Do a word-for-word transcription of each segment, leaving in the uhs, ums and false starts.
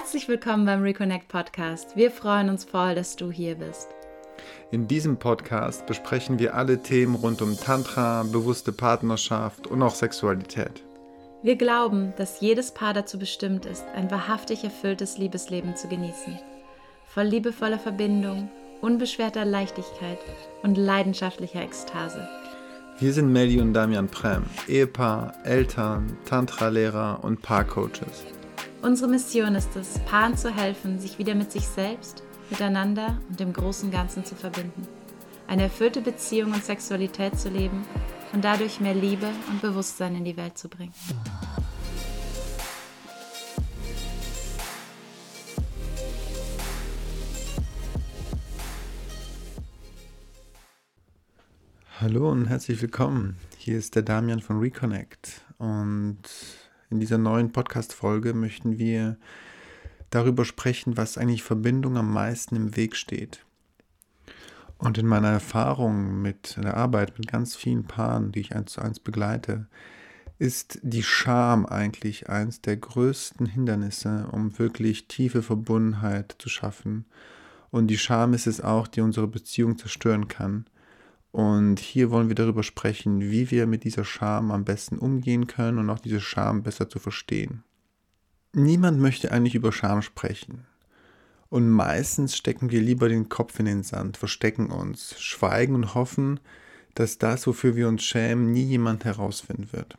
Herzlich willkommen beim Reconnect Podcast. Wir freuen uns voll, dass du hier bist. In diesem Podcast besprechen wir alle Themen rund um Tantra, bewusste Partnerschaft und auch Sexualität. Wir glauben, dass jedes Paar dazu bestimmt ist, ein wahrhaftig erfülltes Liebesleben zu genießen. Voll liebevoller Verbindung, unbeschwerter Leichtigkeit und leidenschaftlicher Ekstase. Wir sind Melly und Damian Prem, Ehepaar, Eltern, Tantra-Lehrer und Paarcoaches. Unsere Mission ist es, Paaren zu helfen, sich wieder mit sich selbst, miteinander und dem großen Ganzen zu verbinden. Eine erfüllte Beziehung und Sexualität zu leben und dadurch mehr Liebe und Bewusstsein in die Welt zu bringen. Hallo und herzlich willkommen. Hier ist der Damian von Reconnect und in dieser neuen Podcast-Folge möchten wir darüber sprechen, was eigentlich Verbindung am meisten im Weg steht. Und in meiner Erfahrung mit der Arbeit mit ganz vielen Paaren, die ich eins zu eins begleite, ist die Scham eigentlich eines der größten Hindernisse, um wirklich tiefe Verbundenheit zu schaffen. Und die Scham ist es auch, die unsere Beziehung zerstören kann. Und hier wollen wir darüber sprechen, wie wir mit dieser Scham am besten umgehen können und auch diese Scham besser zu verstehen. Niemand möchte eigentlich über Scham sprechen. Und meistens stecken wir lieber den Kopf in den Sand, verstecken uns, schweigen und hoffen, dass das, wofür wir uns schämen, nie jemand herausfinden wird.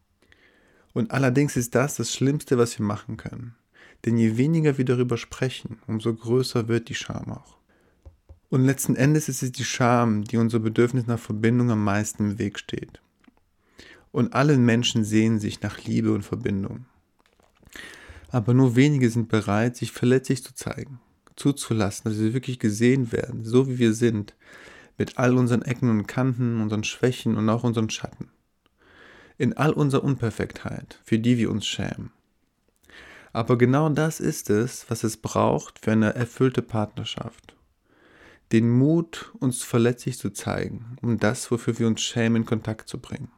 Und allerdings ist das das Schlimmste, was wir machen können. Denn je weniger wir darüber sprechen, umso größer wird die Scham auch. Und letzten Endes ist es die Scham, die unser Bedürfnis nach Verbindung am meisten im Weg steht. Und alle Menschen sehnen sich nach Liebe und Verbindung. Aber nur wenige sind bereit, sich verletzlich zu zeigen, zuzulassen, dass sie wirklich gesehen werden, so wie wir sind, mit all unseren Ecken und Kanten, unseren Schwächen und auch unseren Schatten. In all unserer Unperfektheit, für die wir uns schämen. Aber genau das ist es, was es braucht für eine erfüllte Partnerschaft. Den Mut, uns verletzlich zu zeigen, um das, wofür wir uns schämen, in Kontakt zu bringen.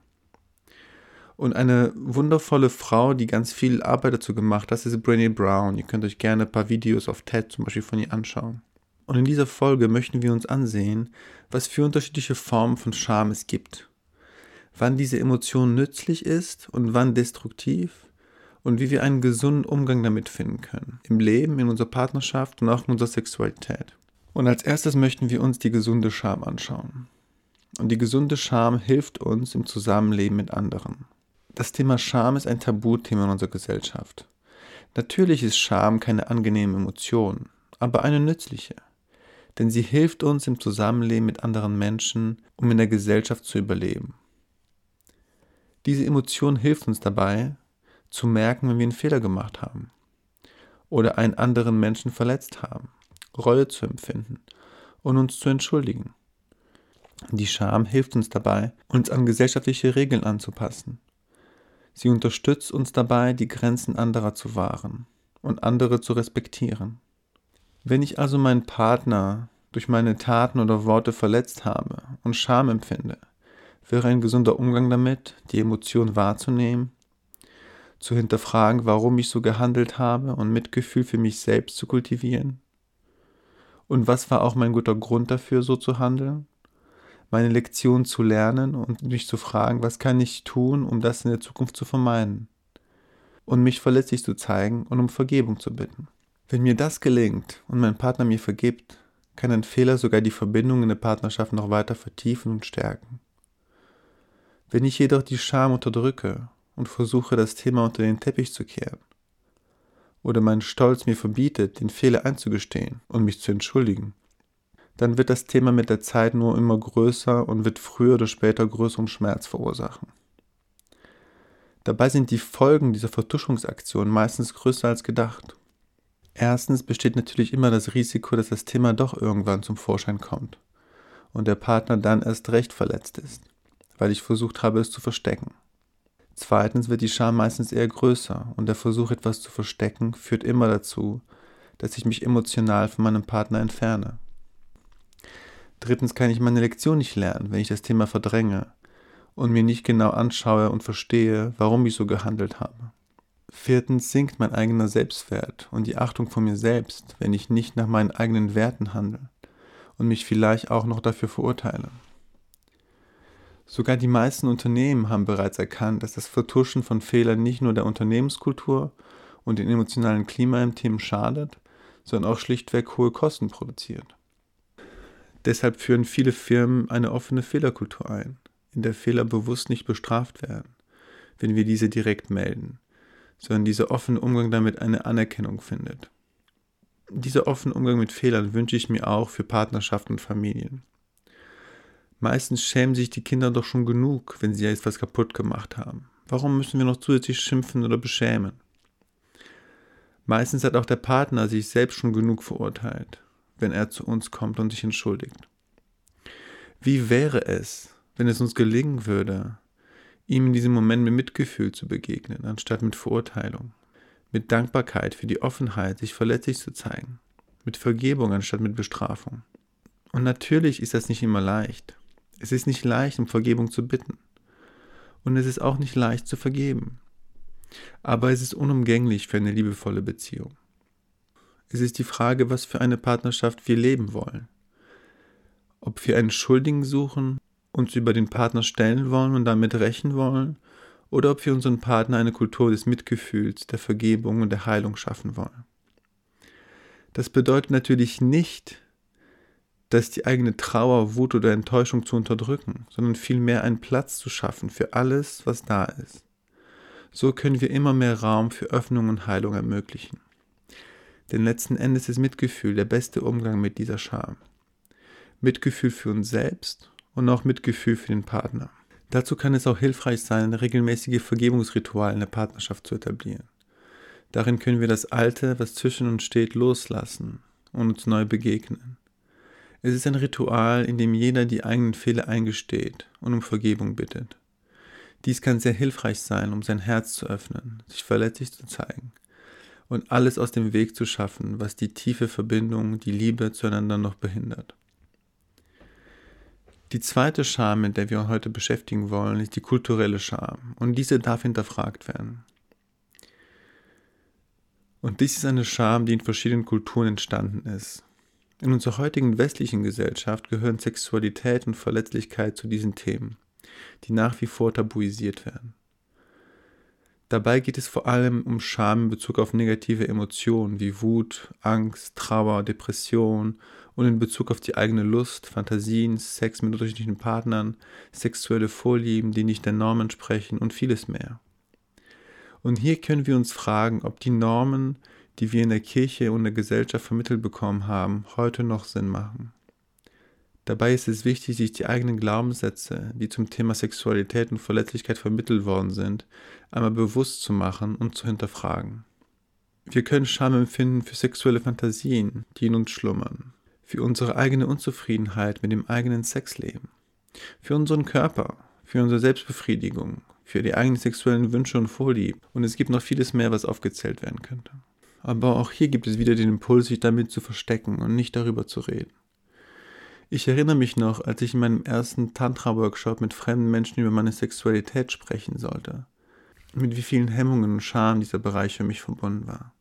Und eine wundervolle Frau, die ganz viel Arbeit dazu gemacht hat, das ist Brené Brown. Ihr könnt euch gerne ein paar Videos auf TED zum Beispiel von ihr anschauen. Und in dieser Folge möchten wir uns ansehen, was für unterschiedliche Formen von Scham es gibt. Wann diese Emotion nützlich ist und wann destruktiv. Und wie wir einen gesunden Umgang damit finden können. Im Leben, in unserer Partnerschaft und auch in unserer Sexualität. Und als erstes möchten wir uns die gesunde Scham anschauen. Und die gesunde Scham hilft uns im Zusammenleben mit anderen. Das Thema Scham ist ein Tabuthema in unserer Gesellschaft. Natürlich ist Scham keine angenehme Emotion, aber eine nützliche. Denn sie hilft uns im Zusammenleben mit anderen Menschen, um in der Gesellschaft zu überleben. Diese Emotion hilft uns dabei, zu merken, wenn wir einen Fehler gemacht haben oder einen anderen Menschen verletzt haben. Reue zu empfinden und uns zu entschuldigen. Die Scham hilft uns dabei, uns an gesellschaftliche Regeln anzupassen. Sie unterstützt uns dabei, die Grenzen anderer zu wahren und andere zu respektieren. Wenn ich also meinen Partner durch meine Taten oder Worte verletzt habe und Scham empfinde, wäre ein gesunder Umgang damit, die Emotion wahrzunehmen, zu hinterfragen, warum ich so gehandelt habe und Mitgefühl für mich selbst zu kultivieren. Und was war auch mein guter Grund dafür, so zu handeln? Meine Lektion zu lernen und mich zu fragen, was kann ich tun, um das in der Zukunft zu vermeiden? Und mich verletzlich zu zeigen und um Vergebung zu bitten. Wenn mir das gelingt und mein Partner mir vergibt, kann ein Fehler sogar die Verbindung in der Partnerschaft noch weiter vertiefen und stärken. Wenn ich jedoch die Scham unterdrücke und versuche, das Thema unter den Teppich zu kehren, oder mein Stolz mir verbietet, den Fehler einzugestehen und mich zu entschuldigen, dann wird das Thema mit der Zeit nur immer größer und wird früher oder später größeren Schmerz verursachen. Dabei sind die Folgen dieser Vertuschungsaktion meistens größer als gedacht. Erstens besteht natürlich immer das Risiko, dass das Thema doch irgendwann zum Vorschein kommt und der Partner dann erst recht verletzt ist, weil ich versucht habe, es zu verstecken. Zweitens wird die Scham meistens eher größer und der Versuch, etwas zu verstecken, führt immer dazu, dass ich mich emotional von meinem Partner entferne. Drittens kann ich meine Lektion nicht lernen, wenn ich das Thema verdränge und mir nicht genau anschaue und verstehe, warum ich so gehandelt habe. Viertens sinkt mein eigener Selbstwert und die Achtung vor mir selbst, wenn ich nicht nach meinen eigenen Werten handle und mich vielleicht auch noch dafür verurteile. Sogar die meisten Unternehmen haben bereits erkannt, dass das Vertuschen von Fehlern nicht nur der Unternehmenskultur und dem emotionalen Klima im Team schadet, sondern auch schlichtweg hohe Kosten produziert. Deshalb führen viele Firmen eine offene Fehlerkultur ein, in der Fehler bewusst nicht bestraft werden, wenn wir diese direkt melden, sondern dieser offene Umgang damit eine Anerkennung findet. Dieser offene Umgang mit Fehlern wünsche ich mir auch für Partnerschaften und Familien. Meistens schämen sich die Kinder doch schon genug, wenn sie etwas kaputt gemacht haben. Warum müssen wir noch zusätzlich schimpfen oder beschämen? Meistens hat auch der Partner sich selbst schon genug verurteilt, wenn er zu uns kommt und sich entschuldigt. Wie wäre es, wenn es uns gelingen würde, ihm in diesem Moment mit Mitgefühl zu begegnen, anstatt mit Verurteilung, mit Dankbarkeit für die Offenheit, sich verletzlich zu zeigen, mit Vergebung anstatt mit Bestrafung. Und natürlich ist das nicht immer leicht. Es ist nicht leicht, um Vergebung zu bitten. Und es ist auch nicht leicht zu vergeben. Aber es ist unumgänglich für eine liebevolle Beziehung. Es ist die Frage, was für eine Partnerschaft wir leben wollen. Ob wir einen Schuldigen suchen, uns über den Partner stellen wollen und damit rächen wollen, oder ob wir unseren Partner eine Kultur des Mitgefühls, der Vergebung und der Heilung schaffen wollen. Das bedeutet natürlich nicht, dass die eigene Trauer, Wut oder Enttäuschung zu unterdrücken, sondern vielmehr einen Platz zu schaffen für alles, was da ist. So können wir immer mehr Raum für Öffnung und Heilung ermöglichen. Denn letzten Endes ist Mitgefühl der beste Umgang mit dieser Scham. Mitgefühl für uns selbst und auch Mitgefühl für den Partner. Dazu kann es auch hilfreich sein, regelmäßige Vergebungsrituale in der Partnerschaft zu etablieren. Darin können wir das Alte, was zwischen uns steht, loslassen und uns neu begegnen. Es ist ein Ritual, in dem jeder die eigenen Fehler eingesteht und um Vergebung bittet. Dies kann sehr hilfreich sein, um sein Herz zu öffnen, sich verletzlich zu zeigen und alles aus dem Weg zu schaffen, was die tiefe Verbindung, die Liebe zueinander noch behindert. Die zweite Scham, mit der wir uns heute beschäftigen wollen, ist die kulturelle Scham, und diese darf hinterfragt werden. Und dies ist eine Scham, die in verschiedenen Kulturen entstanden ist. In unserer heutigen westlichen Gesellschaft gehören Sexualität und Verletzlichkeit zu diesen Themen, die nach wie vor tabuisiert werden. Dabei geht es vor allem um Scham in Bezug auf negative Emotionen wie Wut, Angst, Trauer, Depression und in Bezug auf die eigene Lust, Fantasien, Sex mit unterschiedlichen Partnern, sexuelle Vorlieben, die nicht der Norm entsprechen und vieles mehr. Und hier können wir uns fragen, ob die Normen, die wir in der Kirche und der Gesellschaft vermittelt bekommen haben, heute noch Sinn machen. Dabei ist es wichtig, sich die eigenen Glaubenssätze, die zum Thema Sexualität und Verletzlichkeit vermittelt worden sind, einmal bewusst zu machen und zu hinterfragen. Wir können Scham empfinden für sexuelle Fantasien, die in uns schlummern, für unsere eigene Unzufriedenheit mit dem eigenen Sexleben, für unseren Körper, für unsere Selbstbefriedigung, für die eigenen sexuellen Wünsche und Vorlieben, und es gibt noch vieles mehr, was aufgezählt werden könnte. Aber auch hier gibt es wieder den Impuls, sich damit zu verstecken und nicht darüber zu reden. Ich erinnere mich noch, als ich in meinem ersten Tantra-Workshop mit fremden Menschen über meine Sexualität sprechen sollte, mit wie vielen Hemmungen und Scham dieser Bereich für mich verbunden war.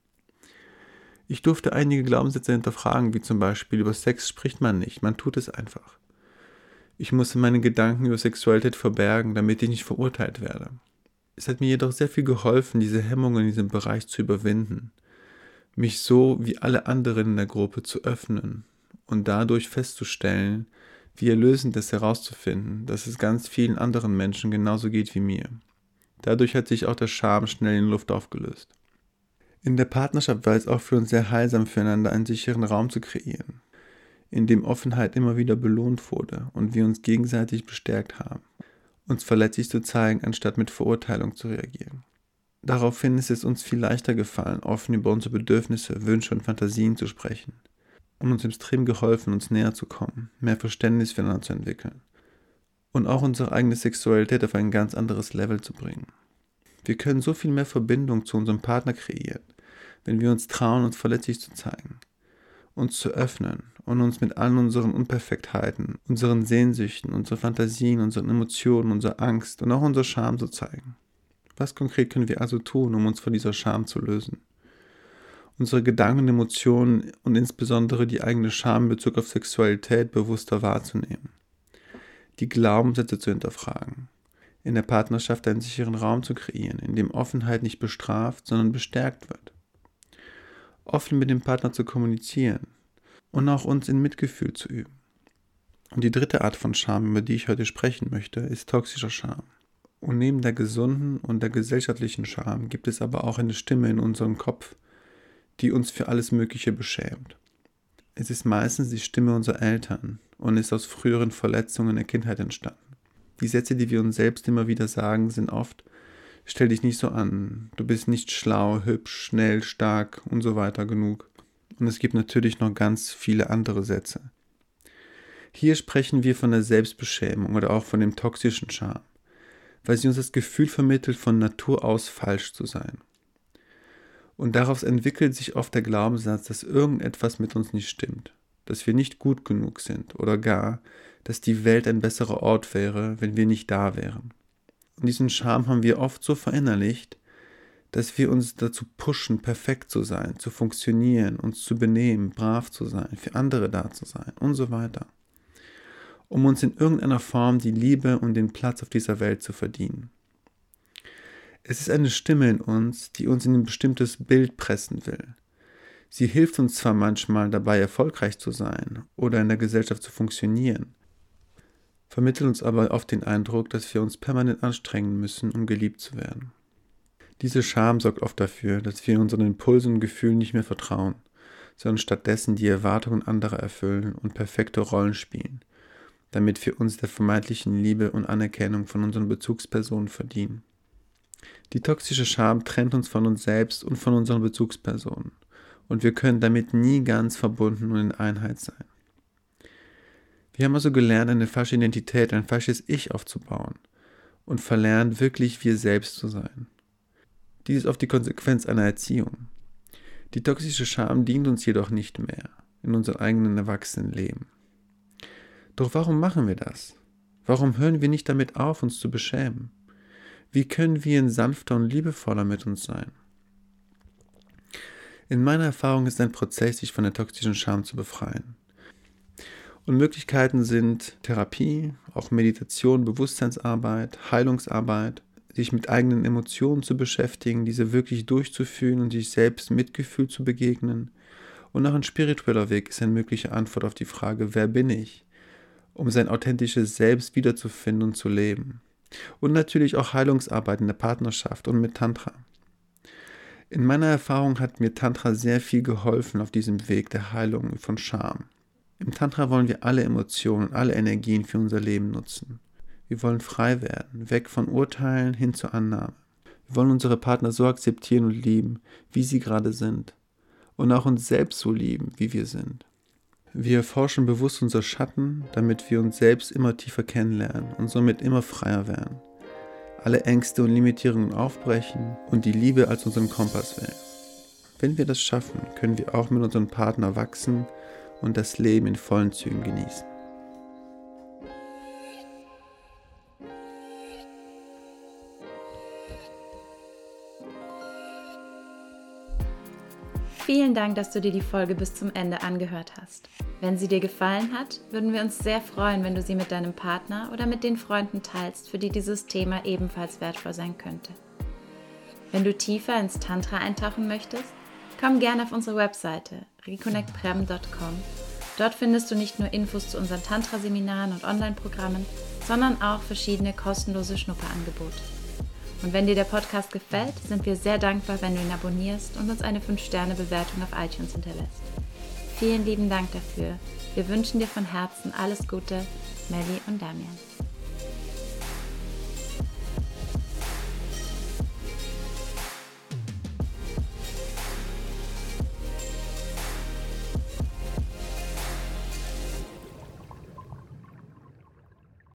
Ich durfte einige Glaubenssätze hinterfragen, wie zum Beispiel: über Sex spricht man nicht, man tut es einfach. Ich musste meine Gedanken über Sexualität verbergen, damit ich nicht verurteilt werde. Es hat mir jedoch sehr viel geholfen, diese Hemmungen in diesem Bereich zu überwinden, mich so wie alle anderen in der Gruppe zu öffnen und dadurch festzustellen, wie erlösend es herauszufinden, dass es ganz vielen anderen Menschen genauso geht wie mir. Dadurch hat sich auch der Scham schnell in Luft aufgelöst. In der Partnerschaft war es auch für uns sehr heilsam, füreinander einen sicheren Raum zu kreieren, in dem Offenheit immer wieder belohnt wurde und wir uns gegenseitig bestärkt haben, uns verletzlich zu zeigen, anstatt mit Verurteilung zu reagieren. Daraufhin ist es uns viel leichter gefallen, offen über unsere Bedürfnisse, Wünsche und Fantasien zu sprechen und uns extrem geholfen, uns näher zu kommen, mehr Verständnis füreinander zu entwickeln und auch unsere eigene Sexualität auf ein ganz anderes Level zu bringen. Wir können so viel mehr Verbindung zu unserem Partner kreieren, wenn wir uns trauen, uns verletzlich zu zeigen, uns zu öffnen und uns mit allen unseren Unperfektheiten, unseren Sehnsüchten, unseren Fantasien, unseren Emotionen, unserer Angst und auch unserer Scham zu zeigen. Was konkret können wir also tun, um uns von dieser Scham zu lösen? Unsere Gedanken und Emotionen und insbesondere die eigene Scham in Bezug auf Sexualität bewusster wahrzunehmen. Die Glaubenssätze zu hinterfragen. In der Partnerschaft einen sicheren Raum zu kreieren, in dem Offenheit nicht bestraft, sondern bestärkt wird. Offen mit dem Partner zu kommunizieren und auch uns in Mitgefühl zu üben. Und die dritte Art von Scham, über die ich heute sprechen möchte, ist toxischer Scham. Und neben der gesunden und der gesellschaftlichen Scham gibt es aber auch eine Stimme in unserem Kopf, die uns für alles Mögliche beschämt. Es ist meistens die Stimme unserer Eltern und ist aus früheren Verletzungen der Kindheit entstanden. Die Sätze, die wir uns selbst immer wieder sagen, sind oft: Stell dich nicht so an, du bist nicht schlau, hübsch, schnell, stark und so weiter genug. Und es gibt natürlich noch ganz viele andere Sätze. Hier sprechen wir von der Selbstbeschämung oder auch von dem toxischen Scham, weil sie uns das Gefühl vermittelt, von Natur aus falsch zu sein. Und daraus entwickelt sich oft der Glaubenssatz, dass irgendetwas mit uns nicht stimmt, dass wir nicht gut genug sind oder gar, dass die Welt ein besserer Ort wäre, wenn wir nicht da wären. Und diesen Scham haben wir oft so verinnerlicht, dass wir uns dazu pushen, perfekt zu sein, zu funktionieren, uns zu benehmen, brav zu sein, für andere da zu sein und so weiter, um uns in irgendeiner Form die Liebe und den Platz auf dieser Welt zu verdienen. Es ist eine Stimme in uns, die uns in ein bestimmtes Bild pressen will. Sie hilft uns zwar manchmal dabei, erfolgreich zu sein oder in der Gesellschaft zu funktionieren, vermittelt uns aber oft den Eindruck, dass wir uns permanent anstrengen müssen, um geliebt zu werden. Diese Scham sorgt oft dafür, dass wir unseren Impulsen und Gefühlen nicht mehr vertrauen, sondern stattdessen die Erwartungen anderer erfüllen und perfekte Rollen spielen, damit wir uns der vermeintlichen Liebe und Anerkennung von unseren Bezugspersonen verdienen. Die toxische Scham trennt uns von uns selbst und von unseren Bezugspersonen und wir können damit nie ganz verbunden und in Einheit sein. Wir haben also gelernt, eine falsche Identität, ein falsches Ich aufzubauen und verlernt, wirklich wir selbst zu sein. Dies ist oft die Konsequenz einer Erziehung. Die toxische Scham dient uns jedoch nicht mehr in unserem eigenen Erwachsenenleben. Doch warum machen wir das? Warum hören wir nicht damit auf, uns zu beschämen? Wie können wir sanfter und liebevoller mit uns sein? In meiner Erfahrung ist ein Prozess, sich von der toxischen Scham zu befreien. Und Möglichkeiten sind Therapie, auch Meditation, Bewusstseinsarbeit, Heilungsarbeit, sich mit eigenen Emotionen zu beschäftigen, diese wirklich durchzufühlen und sich selbst Mitgefühl zu begegnen. Und auch ein spiritueller Weg ist eine mögliche Antwort auf die Frage, wer bin ich? Um sein authentisches Selbst wiederzufinden und zu leben. Und natürlich auch Heilungsarbeit in der Partnerschaft und mit Tantra. In meiner Erfahrung hat mir Tantra sehr viel geholfen auf diesem Weg der Heilung von Scham. Im Tantra wollen wir alle Emotionen, alle Energien für unser Leben nutzen. Wir wollen frei werden, weg von Urteilen hin zur Annahme. Wir wollen unsere Partner so akzeptieren und lieben, wie sie gerade sind. Und auch uns selbst so lieben, wie wir sind. Wir erforschen bewusst unser Schatten, damit wir uns selbst immer tiefer kennenlernen und somit immer freier werden. Alle Ängste und Limitierungen aufbrechen und die Liebe als unseren Kompass wählen. Wenn wir das schaffen, können wir auch mit unserem Partner wachsen und das Leben in vollen Zügen genießen. Vielen Dank, dass du dir die Folge bis zum Ende angehört hast. Wenn sie dir gefallen hat, würden wir uns sehr freuen, wenn du sie mit deinem Partner oder mit den Freunden teilst, für die dieses Thema ebenfalls wertvoll sein könnte. Wenn du tiefer ins Tantra eintauchen möchtest, komm gerne auf unsere Webseite reconnect prem punkt com. Dort findest du nicht nur Infos zu unseren Tantra-Seminaren und Online-Programmen, sondern auch verschiedene kostenlose Schnupperangebote. Und wenn dir der Podcast gefällt, sind wir sehr dankbar, wenn du ihn abonnierst und uns eine fünf Sterne Bewertung auf iTunes hinterlässt. Vielen lieben Dank dafür. Wir wünschen dir von Herzen alles Gute, Melli und Damian.